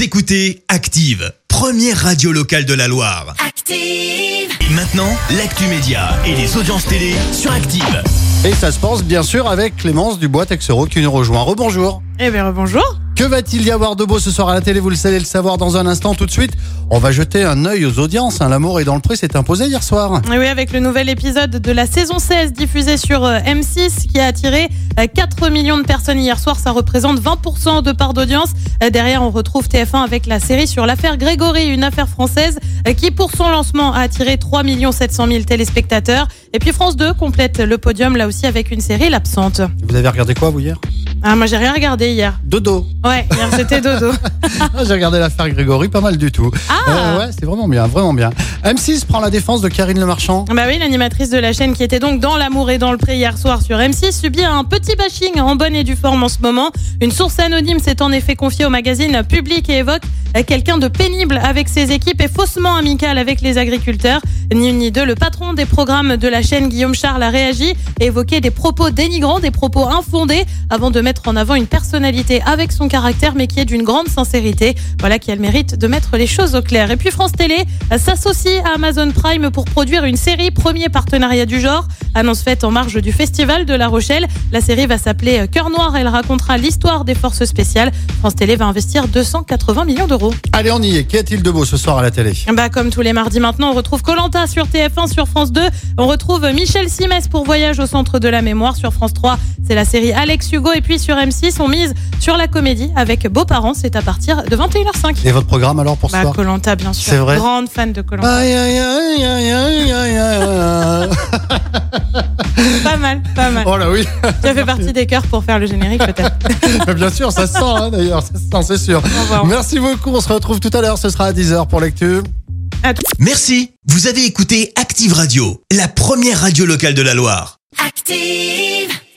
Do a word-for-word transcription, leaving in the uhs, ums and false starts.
Vous écoutez Active, première radio locale de la Loire. Active! Et maintenant, l'actu média et les audiences télé sur Active. Et ça se passe bien sûr avec Clémence Dubois-Texero qui nous rejoint. Rebonjour. Eh bien, bonjour. Que va-t-il y avoir de beau ce soir à la télé? Vous le savez le savoir dans un instant. Tout de suite, on va jeter un œil aux audiences. Hein. L'amour est dans le pré s'est imposé hier soir. Et oui, avec le nouvel épisode de la saison seize diffusé sur M six qui a attiré quatre millions de personnes hier soir. Ça représente vingt pour cent de part d'audience. Derrière, on retrouve T F un avec la série sur l'affaire Grégory, une affaire française qui, pour son lancement, a attiré trois millions sept cent mille téléspectateurs. Et puis France deux complète le podium là aussi avec une série, L'Absente. Vous avez regardé quoi vous hier? Ah, moi j'ai rien regardé hier. Dodo. Ouais, hier c'était dodo. J'ai regardé l'affaire Grégory, pas mal du tout. Ah euh, ouais, c'est vraiment bien, vraiment bien. M six prend la défense de Karine Le Marchand. Bah oui, l'animatrice de la chaîne qui était donc dans l'amour et dans le pré hier soir sur M six subit un petit bashing en bonne et due forme en ce moment. Une source anonyme s'est en effet confiée au magazine Public et évoque quelqu'un de pénible avec ses équipes et faussement amical avec les agriculteurs. Ni une ni deux, le patron des programmes de la chaîne, Guillaume Charles, a réagi et évoqué des propos dénigrants, des propos infondés, avant de mettre en avant une personnalité avec son caractère, mais qui est d'une grande sincérité. Voilà qui a le mérite de mettre les choses au clair. Et puis France Télé s'associe à Amazon Prime pour produire une série, premier partenariat du genre. Annonce faite en marge du Festival de La Rochelle. La série va s'appeler Cœur Noir. Elle racontera l'histoire des forces spéciales. France Télé va investir deux cent quatre-vingts millions d'euros. Allez, on y est. Qu'y a-t-il de beau ce soir à la télé? Bah, comme tous les mardis maintenant, on retrouve Koh-Lanta sur T F un, sur France deux. On retrouve Michel Simès pour Voyage au centre de la mémoire. Sur France trois, c'est la série Alex Hugo. Et puis sur M six, on mise sur la comédie avec Beaux-parents. C'est à partir de vingt et une heure cinq. Et votre programme alors pour ce Bah, soir? Koh-Lanta, bien sûr. C'est vrai. Grande fan de Koh-Lanta. Aïe, aïe, aïe, aïe, aïe, aïe, aïe. Pas mal, pas mal. Oh là oui. Tu as fait partie des chœurs pour faire le générique, peut-être. Bien sûr, ça se sent hein, d'ailleurs, ça se sent, c'est sûr. Au revoir. Merci beaucoup, on se retrouve tout à l'heure, ce sera à dix heures pour l'actu. À tout. Merci. Vous avez écouté Active Radio, la première radio locale de la Loire. Active!